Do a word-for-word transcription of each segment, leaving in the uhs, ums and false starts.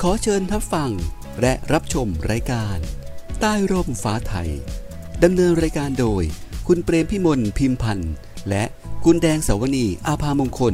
ขอเชิญรับฟังและรับชมรายการใต้ร่มฟ้าไทยดำเนินรายการโดยคุณเปรมพิมลพิมพันธ์และคุณแดงเสาวณีอาภามงคล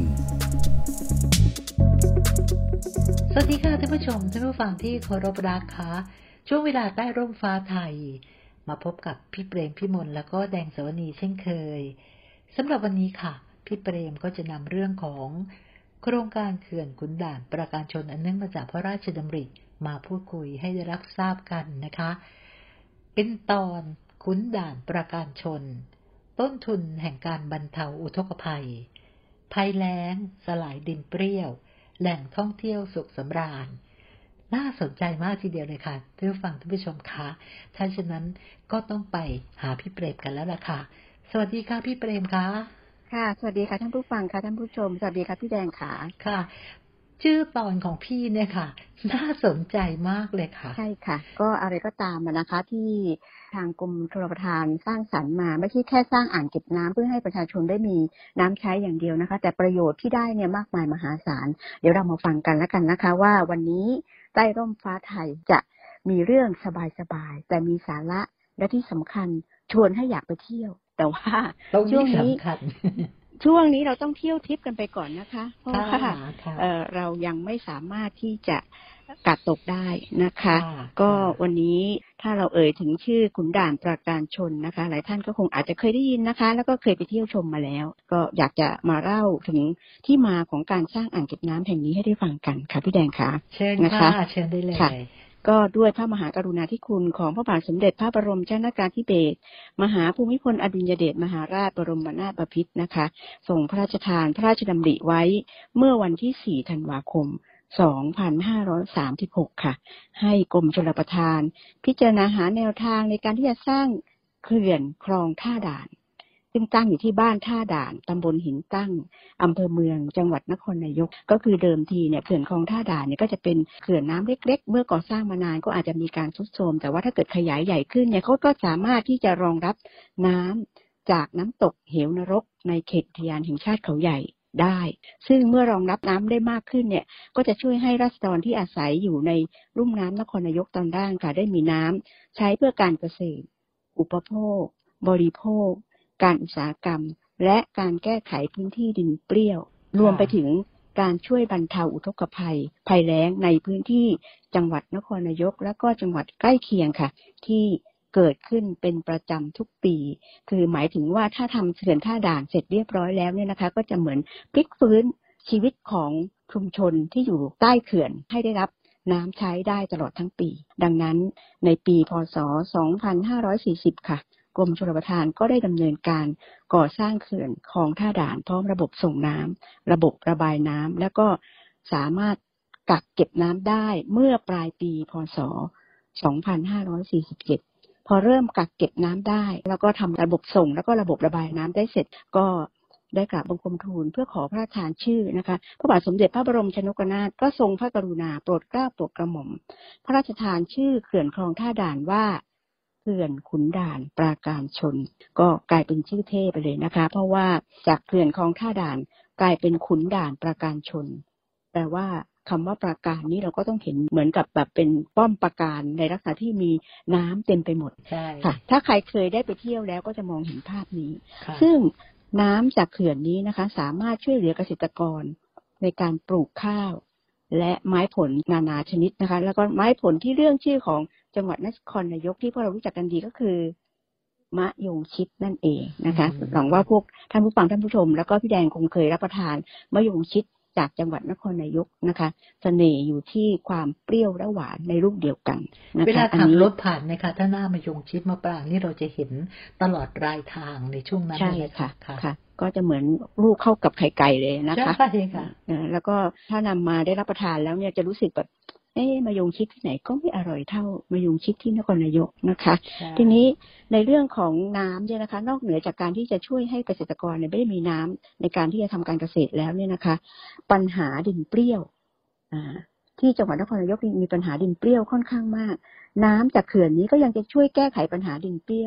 สวัสดีค่ะท่านผู้ชมท่านผู้ฟังที่เคารพรักค่ะช่วงเวลาใต้ร่มฟ้าไทยมาพบกับพี่เปรมพิมลแล้วก็แดงเสาวณีเช่นเคยสำหรับวันนี้ค่ะพี่เปรมก็จะนำเรื่องของโครงการเขื่อนขุนด่านปราการชนอันเนื่องมาจากพระราชดำริมาพูดคุยให้ได้รับทราบกันนะคะเป็นตอนขุนด่านปราการชนต้นทุนแห่งการบรรเทาอุทกภัยภัยแล้งสลายดินเปรี้ยวแหล่งท่องเที่ยวสุขสำราญน่าสนใจมากทีเดียวเลยค่ะท่านผู้ฟังท่านผู้ชมคะถ้าเช่นนั้นก็ต้องไปหาพี่เปรมกันแล้วล่ะค่ะสวัสดีค่ะพี่เปรมค่ะค่ะสวัสดีค่ะท่านผู้ฟังค่ะท่านผู้ชมสวัสดีค่ะพี่แดงค่ะค่ะชื่อตอนของพี่เนี่ยค่ะน่าสนใจมากเลยค่ะใช่ค่ะก็อะไรก็ตามนะคะที่ทางกรมชลประทานสร้างสรรค์มาไม่ใช่แค่สร้างอ่างเก็บน้ำเพื่อให้ประชาชนได้มีน้ำใช้อย่างเดียวนะคะแต่ประโยชน์ที่ได้เนี่ยมากมายมหาศาลเดี๋ยวเรามาฟังกันแล้วกันนะคะว่าวันนี้ใต้ร่มฟ้าไทยจะมีเรื่องสบายๆแต่มีสาระและที่สำคัญชวนให้อยากไปเที่ยวแต่ว่าช่วงนี้ช่วงนี้เราต้องเที่ยวทิพย์กันไปก่อนนะคะเพราะว่าเอ่อเรายังไม่สามารถที่จะกัดตกได้นะคะก็วันนี้ถ้าเราเอ่ยถึงชื่อขุนด่านปราการชนนะคะหลายท่านก็คงอาจจะเคยได้ยินนะคะแล้วก็เคยไปเที่ยวชมมาแล้วก็อยากจะมาเล่าถึงที่มาของการสร้างอ่างเก็บน้ำแห่งนี้ให้ได้ฟังกันค่ะพี่แดงค่ะเชิญค่ะเชิญได้เลยก็ด้วยพระมหากรุณาธิคุณของพระบาทสมเด็จพระบรมชนกาธิเบศรมหาภูมิพลอดุลยเดชมหาราชบรมนาถบพิตรนะคะทรงพระราชทานพระราชดำริไว้เมื่อวันที่สี่ธันวาคมสองพันห้าร้อยสามสิบหกค่ะให้กรมชลประทานพิจารณาหาแนวทางในการที่จะสร้างเขื่อนคลองท่าด่านซึ่งตั้งอยู่ที่บ้านท่าด่านตำบลหินตั้งอำเภอเมืองจังหวัดนครนายกก็คือเดิมทีเนี่ยเขื่อนคลองท่าด่านเนี่ยก็จะเป็นเขื่อนน้ำเล็กๆเมื่อก่อสร้างมานานก็อาจจะมีการทรุดโทรมแต่ว่าถ้าเกิดขยายใหญ่ขึ้นเนี่ยเขาก็สามารถที่จะรองรับน้ำจากน้ำตกเหวนรกในเขตอุทยานแห่งชาติเขาใหญ่ได้ซึ่งเมื่อรองรับน้ำได้มากขึ้นเนี่ยก็จะช่วยให้ราษฎรที่อาศัยอยู่ในลุ่มน้ำนครนายกตอนล่างค่ะได้มีน้ำใช้เพื่อการเกษตรอุปโภคบริโภคการอุตสาหกรรมและการแก้ไขพื้นที่ดินเปรี้ยวรวมไปถึงการช่วยบรรเทาอุทกภัยภัยแล้งในพื้นที่จังหวัดนครนายกและก็จังหวัดใกล้เคียงค่ะที่เกิดขึ้นเป็นประจำทุกปีคือหมายถึงว่าถ้าทำเขื่อนท่าด่านเสร็จเรียบร้อยแล้วเนี่ยนะคะก็จะเหมือนพลิกฟื้นชีวิตของชุมชนที่อยู่ใต้เขื่อนให้ได้รับน้ำใช้ได้ตลอดทั้งปีดังนั้นในปีพ.ศ. สองพันห้าร้อยสี่สิบค่ะกรมชลประทานก็ได้ดำเนินการก่อสร้างเขื่อนคลองท่าด่านพร้อมระบบส่งน้ำระบบระบายน้ำแล้วก็สามารถกักเก็บน้ำได้เมื่อปลายปีพ.ศ. สองพันห้าร้อยสี่สิบเจ็ดพอเริ่มกักเก็บน้ำได้แล้วก็ทำระบบส่งแล้วก็ระบบระบายน้ำได้เสร็จก็ได้กราบบังคมทูลเพื่อขอพระราชทานชื่อนะคะพระบาทสมเด็จพระบรมชนกนาถก็ทรงพระกรุณาโปรดเกล้าโปรดกระหม่อมพระราชทานชื่อเขื่อนคลองท่าด่านว่าเขื่อนขุนด่านปราการชนก็กลายเป็นชื่อเท่ไปเลยนะคะเพราะว่าจากเขื่อนคลองท่าด่านกลายเป็นขุนด่านปราการชนแปลว่าคำว่าปราการนี้เราก็ต้องเห็นเหมือนกับแบบเป็นป้อมปราการในลักษณะที่มีน้ำเต็มไปหมดค่ะถ้าใครเคยได้ไปเที่ยวแล้วก็จะมองเห็นภาพนี้ซึ่งน้ำจากเขื่อนนี้นะคะสามารถช่วยเหลือเกษตรกรในการปลูกข้าวและไม้ผลนานาชนิดนะคะแล้วก็ไม้ผลที่เรื่องชื่อของจังหวัดนครนายกที่พวกเรารู้จักกันดีก็คือมะยงชิดนั่นเองนะคะหวังว่าพวกท่านผู้ฟังท่านผู้ชมแล้วก็พี่แดงคงเคยรับประทานมะยงชิดจากจังหวัดนครนายกนะคะเสน่ห์อยู่ที่ความเปรี้ยวและหวานในรูปเดียวกันนะคะเวลาขับรถผ่านนะคะถ้าหน้ามะยงชิดมะปรางนี่เราจะเห็นตลอดรายทางในช่วงนั้นเลยค่ะค่ะก็จะเหมือนลูกเข้ากับไข่ไก่เลยนะคะใช่ค่ะแล้วก็ถ้านำมาได้รับประทานแล้วเนี่ยจะรู้สึกแบบเอ๊ะมะยงชิดที่ไหนก็ไม่อร่อยเท่ามะยงชิดที่นครนายกนะคะทีนี้ในเรื่องของน้ำเนี่ยนะคะนอกเหนือจากการที่จะช่วยให้เกษตรกรเนี่ยไม่ได้มีน้ำในการที่จะทำการเกษตรแล้วเนี่ยนะคะปัญหาดินเปรี้ยวอ่าที่จังหวัดนครนายกมีปัญหาดินเปรี้ยวค่อนข้างมากน้ำจากเขื่อนนี้ก็ยังจะช่วยแก้ไขปัญหาดินเปรี้ยว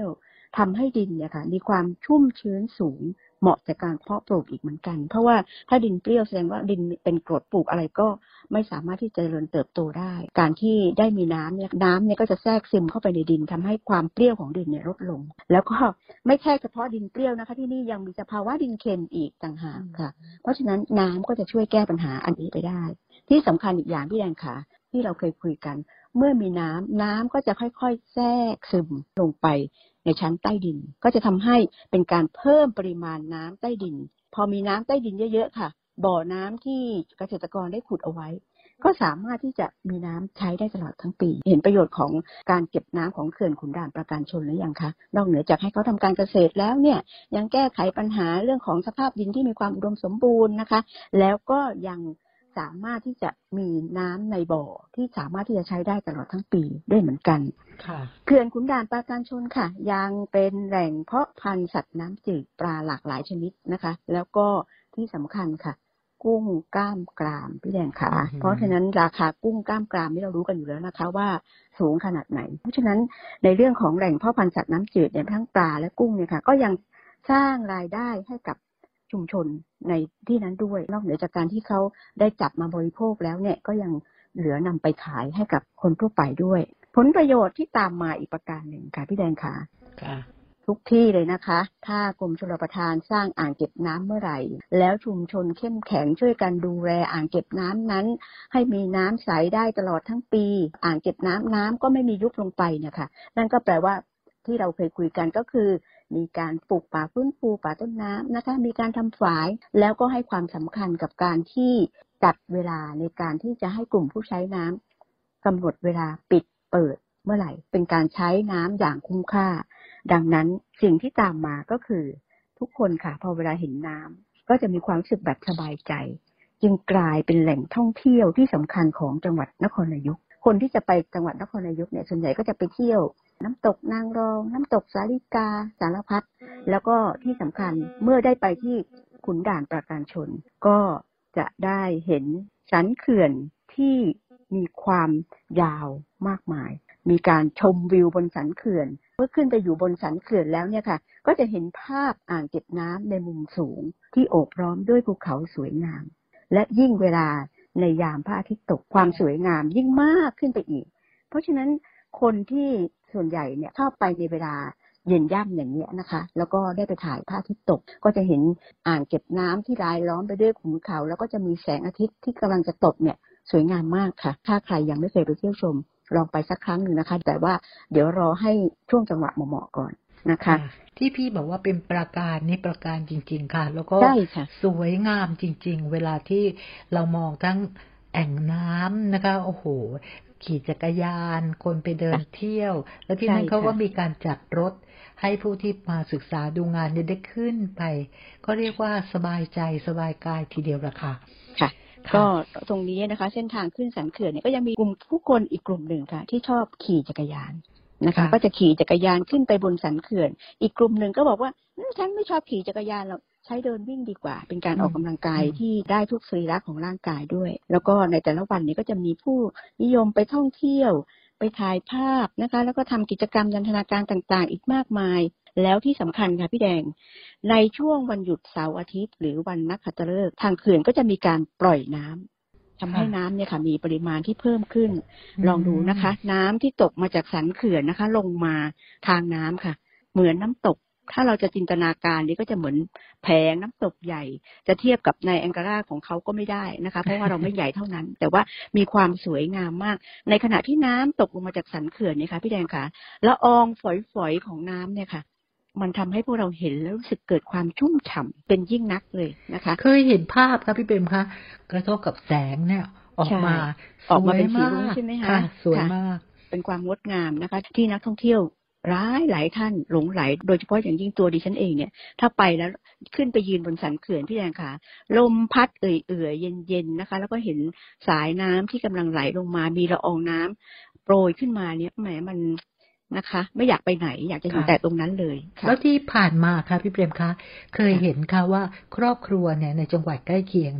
ทำให้ดินเนี่ยค่ะมีความชุ่มชื้นสูงเหมาะจากการเพาะปลูกอีกเหมือนกันเพราะว่าถ้าดินเปรี้ยวแสดงว่าดินเป็นกรดปลูกอะไรก็ไม่สามารถที่จะเจริญเติบโตได้การที่ได้มีน้ำเนี่ยน้ำเนี่ยก็จะแทรกซึมเข้าไปในดินทำให้ความเปรี้ยวของดินเนี่ยลดลงแล้วก็ไม่แค่เฉพาะดินเปรี้ยวนะคะที่นี่ยังมีสภาวะดินเค็มอีกต่างหากค่ะเพราะฉะนั้นน้ำก็จะช่วยแก้ปัญหาอันนี้ไปได้ที่สำคัญอีกอย่างพี่แดงค่ะที่เราเคยคุยกันเมื่อมีน้ำน้ำก็จะค่อยๆแทรกซึมลงไปในชั้นใต้ดินก็จะทำให้เป็นการเพิ่มปริมาณน้ำใต้ดินพอมีน้ำใต้ดินเยอะๆค่ะบ่อน้ำที่เกษตรกรได้ขุดเอาไว้ก็สามารถที่จะมีน้ำใช้ได้ตลอดทั้งปีเห็นประโยชน์ของการเก็บน้ำของเขื่อนขุนด่านปราการชนหรือยังคะนอกเหนือจากให้เขาทำการเกษตรแล้วเนี่ยยังแก้ไขปัญหาเรื่องของสภาพดินที่มีความอุดมสมบูรณ์นะคะแล้วก็ยังสามารถที่จะมีน้ำในบ่อที่สามารถที่จะใช้ได้ตลอดทั้งปีได้เหมือนกันเขื่อนขุนด่านปราการชนค่ะยังเป็นแหล่งเพาะพันธุ์สัตว์น้ำจืดปลาหลากหลายชนิดนะคะแล้วก็ที่สำคัญค่ะกุ้งกล้ามกรามพี่แดงค่ะเพราะฉะนั้นราคากุ้งกล้ามกรามนี่เรารู้กันอยู่แล้วนะคะว่าสูงขนาดไหนเพราะฉะนั้นในเรื่องของแหล่งเพาะพันธุ์สัตว์น้ำจืดเนี่ยทั้งปลาและกุ้งเนี่ยค่ะก็ยังสร้างรายได้ให้กับชุมชนในที่นั้นด้วยนอกเหนือจากการที่เขาได้จับมาบริโภคแล้วเนี่ยก็ยังเหลือนำไปขายให้กับคนทั่วไปด้วยผลประโยชน์ที่ตามมาอีกประการหนึ่งค่ะพี่แดงค่ะทุกที่เลยนะคะถ้ากรมชลประทานสร้างอ่างเก็บน้ำเมื่อไหร่แล้วชุมชนเข้มแข็งช่วยกันดูแลอ่างเก็บน้ำนั้นให้มีน้ำใสได้ตลอดทั้งปีอ่างเก็บน้ำน้ำก็ไม่มียุบลงไปเนี่ยค่ะนั่นก็แปลว่าที่เราเคยคุยกันก็คือมีการปลูกป่าฟื้นฟูป่าต้นน้ำนะคะมีการทำฝายแล้วก็ให้ความสำคัญกับการที่จัดเวลาในการที่จะให้กลุ่มผู้ใช้น้ำกำหนดเวลาปิดเปิดเมื่อไหร่เป็นการใช้น้ำอย่างคุ้มค่าดังนั้นสิ่งที่ตามมาก็คือทุกคนค่ะพอเวลาเห็นน้ำก็จะมีความรู้สึกแบบสบายใจจึงกลายเป็นแหล่งท่องเที่ยวที่สำคัญของจังหวัดนครนายกคนที่จะไปจังหวัดนครนายกเนี่ยส่วนใหญ่ก็จะไปเที่ยวน้ำตกนางรองน้ำตกสาลิกาสารพัดแล้วก็ที่สำคัญเมื่อได้ไปที่ขุนด่านปราการชนก็จะได้เห็นสันเขื่อนที่มีความยาวมากมายมีการชมวิวบนสันเขื่อนเมื่อขึ้นไปอยู่บนสันเขื่อนแล้วเนี่ยค่ะก็จะเห็นภาพอ่างเก็บน้ำในมุมสูงที่โอบล้อมด้วยภูเขาสวยงามและยิ่งเวลาในยามพระอาทิตย์ตกความสวยงามยิ่งมากขึ้นไปอีกเพราะฉะนั้นคนที่ส่วนใหญ่เนี่ยชอบไปในเวลาเย็นย่ำอย่างนี้นะคะแล้วก็ได้ไปถ่ายพระอาทิตย์ตกก็จะเห็นอ่างเก็บน้ำที่รายล้อมไปด้วยขุนเขาแล้วก็จะมีแสงอาทิตย์ที่กำลังจะตกเนี่ยสวยงามมากค่ะถ้าใครยังไม่เคยไปเที่ยวชมลองไปสักครั้งหนึ่งนะคะแต่ว่าเดี๋ยวรอให้ช่วงจังหวะเหมาะๆก่อนนะคะที่พี่บอกว่าเป็นปราการนี่ปราการจริงๆค่ะแล้วก็สวยงามจริงๆเวลาที่เรามองทั้งแอ่งน้ำนะคะโอ้โหขี่จักรยานคนไปเดินเที่ยวแล้วที่นั่นเขาก็มีการจัดรถให้ผู้ที่มาศึกษาดูงานได้ขึ้นไปก็เรียกว่าสบายใจสบายกายทีเดียวละค่ะค่ะก็ตรงนี้นะคะเส้นทางขึ้นสันเขื่อนเนี่ยก็ยังมีกลุ่มผู้คนอีกกลุ่มหนึ่งค่ะที่ชอบขี่จักรยานนะคะก็จะขี่จักรยานขึ้นไปบนสันเขื่อนอีกกลุ่มหนึ่งก็บอกว่าฉันไม่ชอบขี่จักรยานหรอกใช้เดินวิ่งดีกว่าเป็นการออกกำลังกายที่ได้ทุกสรีระของร่างกายด้วยแล้วก็ในแต่ละวันนี้ก็จะมีผู้นิยมไปท่องเที่ยวไปถ่ายภาพนะคะแล้วก็ทำกิจกรรมนันทนาการต่างๆอีกมากมายแล้วที่สำคัญค่ะพี่แดงในช่วงวันหยุดเสาร์อาทิตย์หรือวันนักขัตฤกษ์ทางเขื่อนก็จะมีการปล่อยน้ำทำให้น้ำเนี่ยค่ะมีปริมาณที่เพิ่มขึ้นลองดูนะคะน้ำที่ตกมาจากสันเขื่อนนะคะลงมาทางน้ำค่ะเหมือนน้ำตกถ้าเราจะจินตนาการนี่ก็จะเหมือนแผงน้ำตกใหญ่จะเทียบกับในแองการาของเขาก็ไม่ได้นะคะเพราะว่าเราไม่ใหญ่เท่านั้นแต่ว่ามีความสวยงามมากในขณะที่น้ำตกลงมาจากสันเขื่อนเนี่ยค่ะพี่แดงค่ะละอองฝอยๆของน้ำเนี่ยค่ะมันทำให้พวกเราเห็นแล้วรู้สึกเกิดความชุ่มฉ่ำเป็นยิ่งนักเลยนะคะเคยเห็นภาพครับพี่เปรมคะกระทบกับแสงเนี่ยออกมาออกมาเป็นสีรุ้งใช่ไหมคะสวยมากเป็นความงดงามนะคะที่นักท่องเที่ยวร้ายหลายท่านหลงไหลโดยเฉพาะอย่างยิ่งตัวดิฉันเองเนี่ยถ้าไปแล้วขึ้นไปยืนบนสันเขื่อนพี่แดงค่ะลมพัดเอื่อยๆเย็นๆนะคะแล้วก็เห็นสายน้ำที่กำลังไหลลงมามีละอองน้ำโปรยขึ้นมาเนี่ยแหมมันนะคะไม่อยากไปไหนอยากจะอยู่แต่ตรงนั้นเลยแล้วที่ผ่านมาค่ะพี่เปรมคะเคยเห็นค่ะว่าครอบครัวเนี่ยในจังหวัดใกล้เคียงเนี่ย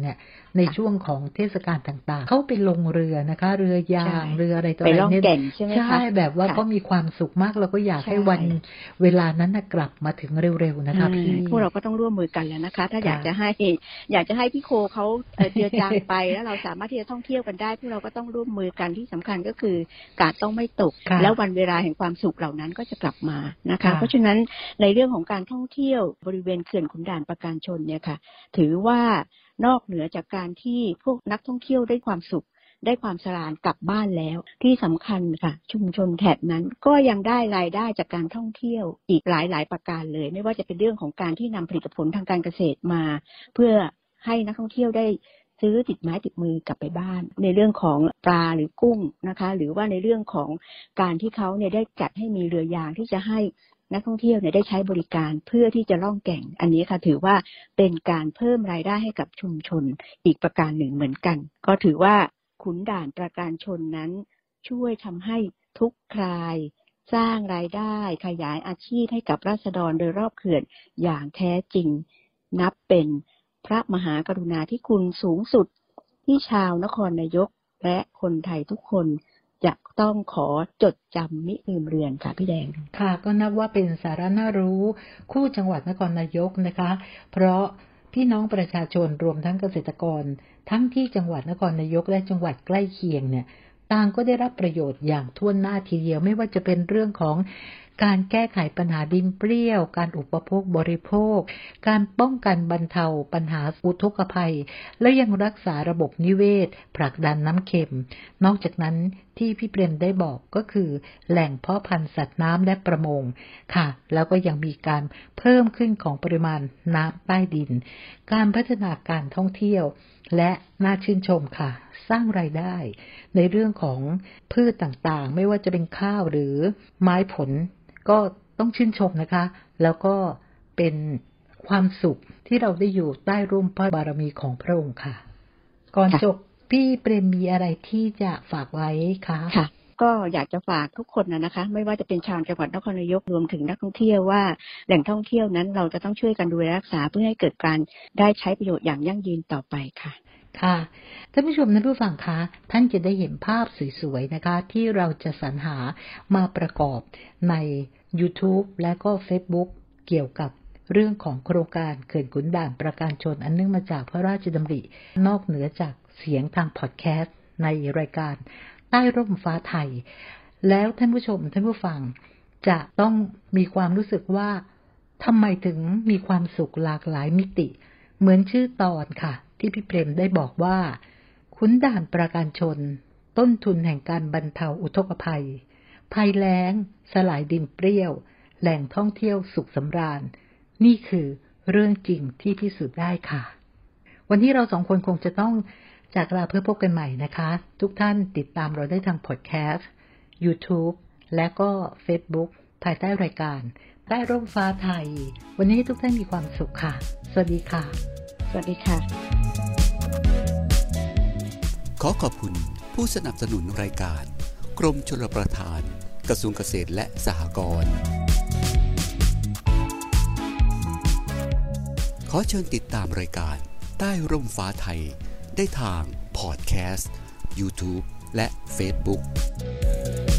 ในช่วงของเทศกาลต่างๆเขาไปลงเรือนะคะเรือยางเรืออะไรต่ออะไรไปล่องแก่งใช่ไหมคะใช่แบบว่าเขามีความสุขมากเราก็อยากให้วันเวลานั้นกลับมาถึงเร็วๆนะคะพี่พวกเราก็ต้องร่วมมือกันแล้วนะคะถ้าอยากจะให้อยากจะให้พี่โคเขาเจือจางไปแล้วเราสามารถที่จะท่องเที่ยวกันได้พวกเราก็ต้องร่วมมือกันที่สำคัญก็คือกาดต้องไม่ตกแล้ววันเวลาแห่งความสุขเหล่านั้นก็จะกลับมานะคะเพราะฉะนั้นในเรื่องของการท่องเที่ยวบริเวณเขื่อนขุนด่านปราการชนเนี่ยค่ะถือว่านอกเหนือจากการที่พวกนักท่องเที่ยวได้ความสุขได้ความสราญกลับบ้านแล้วที่สำคัญค่ะชุมชนแถบนั้นก็ยังได้รายได้จากการท่องเที่ยวอีกหลายๆประการเลยไม่ว่าจะเป็นเรื่องของการที่นำผลิตผลทางการเกษตรมาเพื่อให้นักท่องเที่ยวได้ซื้อติดไม้ติดมือกลับไปบ้านในเรื่องของปลาหรือกุ้งนะคะหรือว่าในเรื่องของการที่เขาเนี่ยได้จัดให้มีเรือยางที่จะให้นักท่องเที่ยวเนี่ยได้ใช้บริการเพื่อที่จะล่องแก่งอันนี้ค่ะถือว่าเป็นการเพิ่มรายได้ให้กับชุมชนอีกประการหนึ่งเหมือนกันก็ถือว่าขุนด่านปราการชนนั้นช่วยทำให้ทุกคลายสร้างรายได้ขยายอาชีพให้กับราษฎรโดยรอบเขื่อนอย่างแท้จริงนับเป็นพระมหากรุณาธิคุณสูงสุดที่ชาวนครนายกและคนไทยทุกคนจะต้องขอจดจำมิลืมเรือนค่ะพี่แดงค่ะก็นับว่าเป็นสาระน่ารู้คู่จังหวัดนครนายกนะคะเพราะพี่น้องประชาชนรวมทั้งเกษตรกรทั้งที่จังหวัดนครนายกและจังหวัดใกล้เคียงเนี่ยต่างก็ได้รับประโยชน์อย่างทั่วหน้าทีเดียวไม่ว่าจะเป็นเรื่องของการแก้ไขปัญหาดินเปรี้ยวการอุปโภคบริโภคการป้องกันบรรเทาปัญหาอุทกภัยและยังรักษาระบบนิเวศผลักดันน้ำเค็มนอกจากนั้นที่พี่เปรมได้บอกก็คือแหล่งเพาะพันธุ์สัตว์น้ำและประมงค่ะแล้วก็ยังมีการเพิ่มขึ้นของปริมาณน้ำใต้ดินการพัฒนาการท่องเที่ยวและน่าชื่นชมค่ะสร้างรายได้ในเรื่องของพืชต่างๆไม่ว่าจะเป็นข้าวหรือไม้ผลก็ต้องชื่นชมนะคะแล้วก็เป็นความสุขที่เราได้อยู่ใต้ร่มพระบารมีของพระองค์ค่ะก่อนจบพี่เปรมมีอะไรที่จะฝากไว้คะค่ะก็อยากจะฝากทุกคนนะนะคะไม่ว่าจะเป็นชาวจังหวัดนครนายกรวมถึงนักท่องเที่ยวว่าแหล่งท่องเที่ยวนั้นเราจะต้องช่วยกันดูแลรักษาเพื่อให้เกิดการได้ใช้ประโยชน์อย่างยั่งยืนต่อไปค่ะค่ะท่านผู้ชมท่านผู้ฟังคะท่านจะได้เห็นภาพสวยๆนะคะที่เราจะสรรหามาประกอบใน YouTube และก็ Facebook เกี่ยวกับเรื่องของโครงการเขื่อนขุนด่านปราการชนอันเนื่องมาจากพระราชดำรินอกเหนือจากเสียงทางพอดแคสต์ในรายการใต้ร่มฟ้าไทยแล้วท่านผู้ชมท่านผู้ฟังจะต้องมีความรู้สึกว่าทำไมถึงมีความสุขหลากหลายมิติเหมือนชื่อตอนค่ะที่พี่เปรมได้บอกว่าขุนด่านปราการชนต้นทุนแห่งการบรรเทาอุทกภัยภัยแล้งสลายดินเปรี้ยวแหล่งท่องเที่ยวสุขสำราญนี่คือเรื่องจริงที่พิสูจน์ได้ค่ะวันนี้เราสองคนคงจะต้องจากลาเพื่อพบกันใหม่นะคะทุกท่านติดตามเราได้ทางพอดแคสต์ YouTube และก็ Facebook ภายใต้รายการใต้ร่มฟ้าไทยวันนี้ทุกท่านมีความสุขค่ะสวัสดีค่ะสวัสดีค่ะขอขอบคุณผู้สนับสนุนรายการกรมชลประทานกระทรวงเกษตรและสหกรณ์ขอเชิญติดตามรายการใต้ร่มฟ้าไทยได้ทางพอดแคสต์ YouTube และ Facebook